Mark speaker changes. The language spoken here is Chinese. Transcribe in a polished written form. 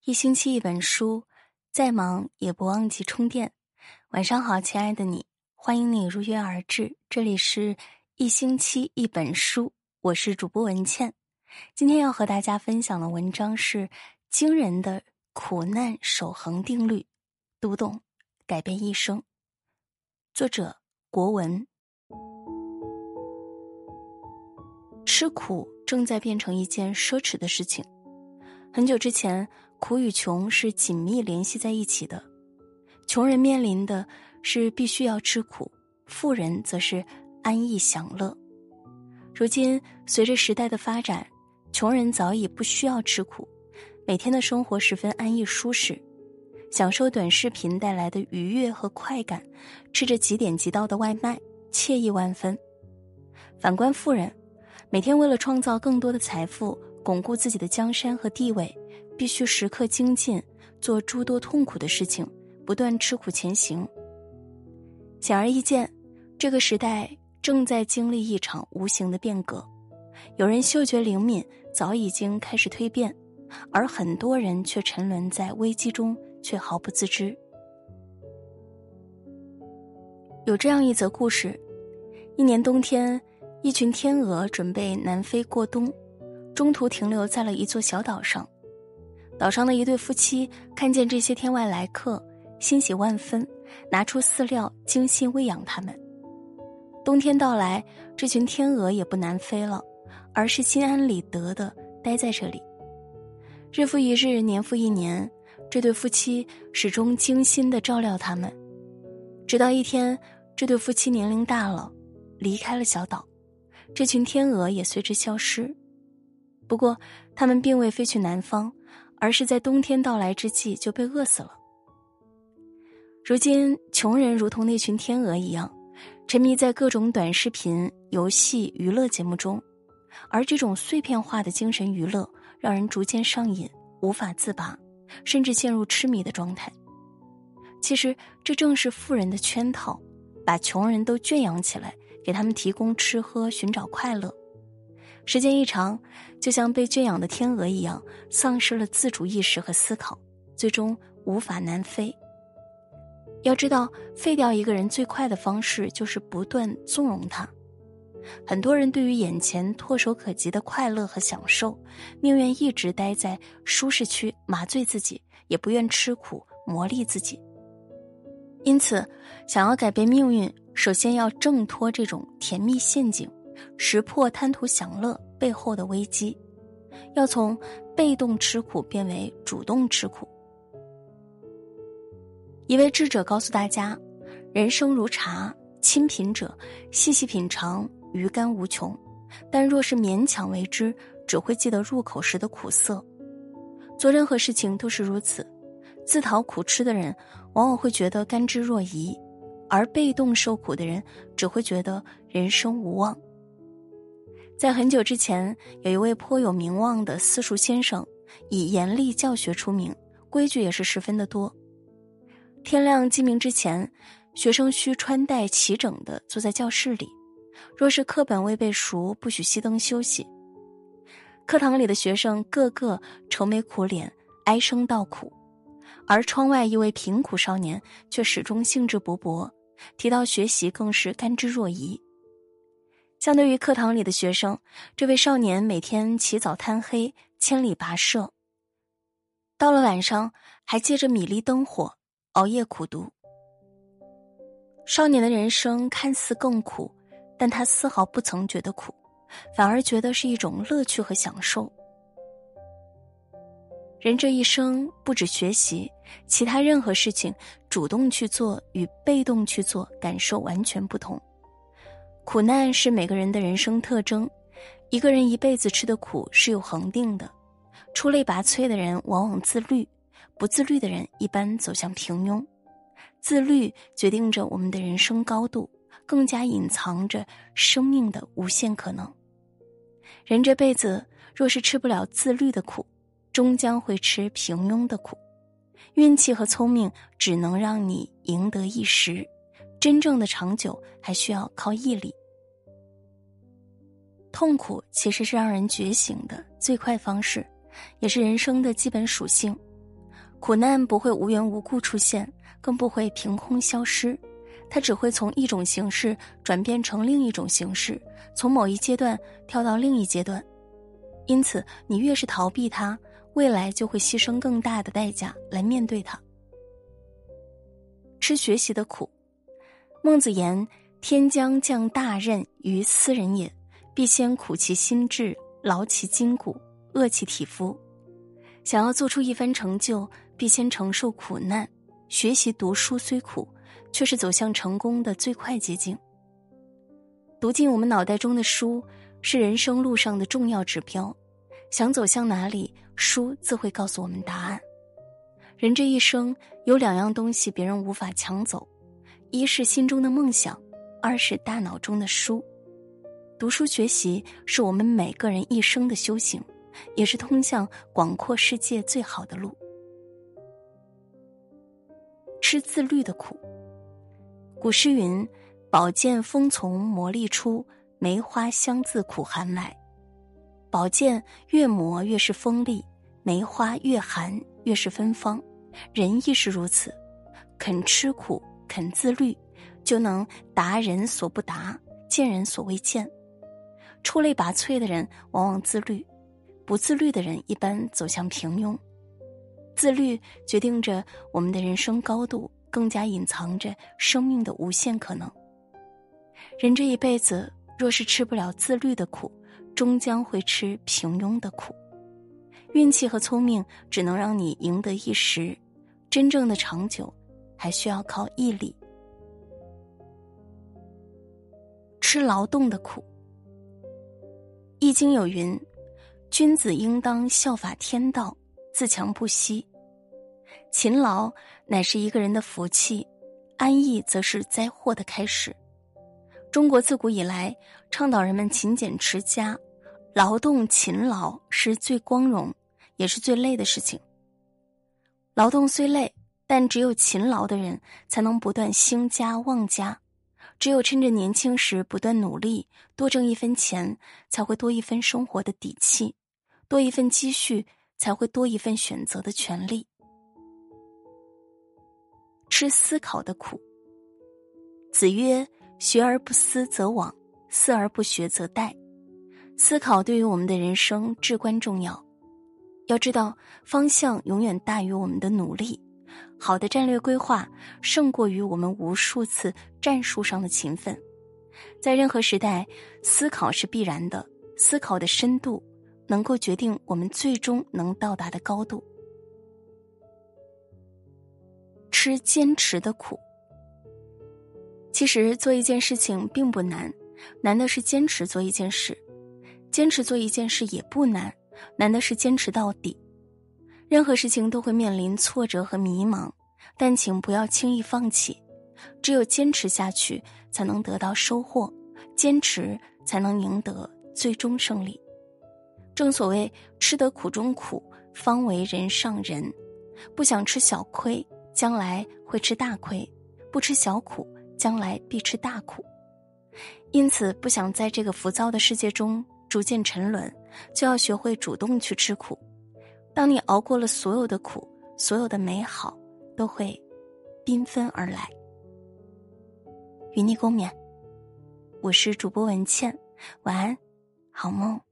Speaker 1: 一星期一本书，再忙也不忘记充电。晚上好，亲爱的你，欢迎你如约而至，这里是一星期一本书，我是主播文倩。今天要和大家分享的文章是惊人的苦难守恒定律，读懂改变一生。作者国文。吃苦正在变成一件奢侈的事情。很久之前，苦与穷是紧密联系在一起的。穷人面临的是必须要吃苦，富人则是安逸享乐。如今，随着时代的发展，穷人早已不需要吃苦，每天的生活十分安逸舒适，享受短视频带来的愉悦和快感，吃着几点即到的外卖，惬意万分。反观富人，每天为了创造更多的财富，巩固自己的江山和地位，必须时刻精进，做诸多痛苦的事情，不断吃苦前行。显而易见，这个时代正在经历一场无形的变革。有人嗅觉灵敏，早已经开始蜕变，而很多人却沉沦在危机中，却毫不自知。有这样一则故事，一年冬天，一群天鹅准备南飞过冬，中途停留在了一座小岛上。岛上的一对夫妻看见这些天外来客，欣喜万分，拿出饲料精心喂养他们。冬天到来，这群天鹅也不南飞了，而是心安理得地待在这里。日复一日，年复一年，这对夫妻始终精心地照料他们。直到一天，这对夫妻年龄大了，离开了小岛，这群天鹅也随之消失。不过，他们并未飞去南方，而是在冬天到来之际就被饿死了。如今，穷人如同那群天鹅一样，沉迷在各种短视频、游戏、娱乐节目中，而这种碎片化的精神娱乐让人逐渐上瘾，无法自拔，甚至陷入痴迷的状态。其实，这正是富人的圈套，把穷人都圈养起来，给他们提供吃喝，寻找快乐。时间一长，就像被圈养的天鹅一样，丧失了自主意识和思考，最终无法南飞。要知道，废掉一个人最快的方式就是不断纵容他。很多人对于眼前唾手可及的快乐和享受，宁愿一直待在舒适区麻醉自己，也不愿吃苦磨砺自己。因此，想要改变命运，首先要挣脱这种甜蜜陷阱，识破贪图享乐背后的危机，要从被动吃苦变为主动吃苦。一位智者告诉大家，人生如茶，清品者细细品尝，余甘无穷，但若是勉强为之，只会记得入口时的苦涩。做任何事情都是如此，自讨苦吃的人往往会觉得甘之若饴，而被动受苦的人只会觉得人生无望。在很久之前，有一位颇有名望的私塾先生，以严厉教学出名，规矩也是十分的多。天亮鸡鸣之前，学生需穿戴齐整地坐在教室里，若是课本未背熟，不许熄灯休息。课堂里的学生个个愁眉苦脸，唉声道苦，而窗外一位贫苦少年却始终兴致勃勃，提到学习更是甘之若饴。相对于课堂里的学生，这位少年每天起早贪黑，千里跋涉，到了晚上还借着米粒灯火熬夜苦读。少年的人生看似更苦，但他丝毫不曾觉得苦，反而觉得是一种乐趣和享受。人这一生不止学习，其他任何事情主动去做与被动去做感受完全不同。苦难是每个人的人生特征，一个人一辈子吃的苦是有恒定的。出类拔萃的人往往自律，不自律的人一般走向平庸。自律决定着我们的人生高度，更加隐藏着生命的无限可能。人这辈子若是吃不了自律的苦，终将会吃平庸的苦。运气和聪明只能让你赢得一时，真正的长久还需要靠毅力。痛苦其实是让人觉醒的最快方式，也是人生的基本属性。 苦难不会无缘无故出现，更不会凭空消失，它只会从一种形式转变成另一种形式，从某一阶段跳到另一阶段。因此，你越是逃避它，未来就会牺牲更大的代价来面对它。吃学习的苦。孟子言：天将降大任于斯人也，必先苦其心志，劳其筋骨，饿其体肤。想要做出一番成就，必先承受苦难。学习读书虽苦，却是走向成功的最快捷径。读进我们脑袋中的书，是人生路上的重要指标。想走向哪里，书自会告诉我们答案。人这一生有2样东西别人无法抢走，一是心中的梦想，二是大脑中的书。读书学习是我们每个人一生的修行，也是通向广阔世界最好的路。吃自律的苦。古诗云：宝剑锋从磨砺出，梅花香自苦寒来。宝剑越磨越是锋利，梅花越寒越是芬芳。人亦是如此，肯吃苦，肯自律，就能达人所不达，见人所未见。出类拔萃的人往往自律，不自律的人一般走向平庸。自律决定着我们的人生高度，更加隐藏着生命的无限可能。人这一辈子若是吃不了自律的苦，终将会吃平庸的苦。运气和聪明只能让你赢得一时，真正的长久还需要靠毅力。吃劳动的苦。易经有云：君子应当效法天道，自强不息。勤劳乃是一个人的福气，安逸则是灾祸的开始。中国自古以来倡导人们勤俭持家，劳动勤劳是最光荣也是最累的事情。劳动虽累，但只有勤劳的人才能不断兴家旺家。只有趁着年轻时不断努力，多挣一分钱，才会多一分生活的底气，多一份积蓄，才会多一份选择的权利。吃思考的苦。子曰：学而不思则罔，思而不学则殆。思考对于我们的人生至关重要。要知道，方向永远大于我们的努力。好的战略规划胜过于我们无数次战术上的勤奋。在任何时代，思考是必然的，思考的深度能够决定我们最终能到达的高度。吃坚持的苦。其实做一件事情并不难，难的是坚持做一件事。坚持做一件事也不难，难的是坚持到底。任何事情都会面临挫折和迷茫，但请不要轻易放弃。只有坚持下去，才能得到收获，坚持才能赢得最终胜利。正所谓吃得苦中苦，方为人上人。不想吃小亏，将来会吃大亏；不吃小苦，将来必吃大苦。因此，不想在这个浮躁的世界中逐渐沉沦，就要学会主动去吃苦。当你熬过了所有的苦，所有的美好都会缤纷而来。与你共勉。我是主播文倩，晚安，好梦。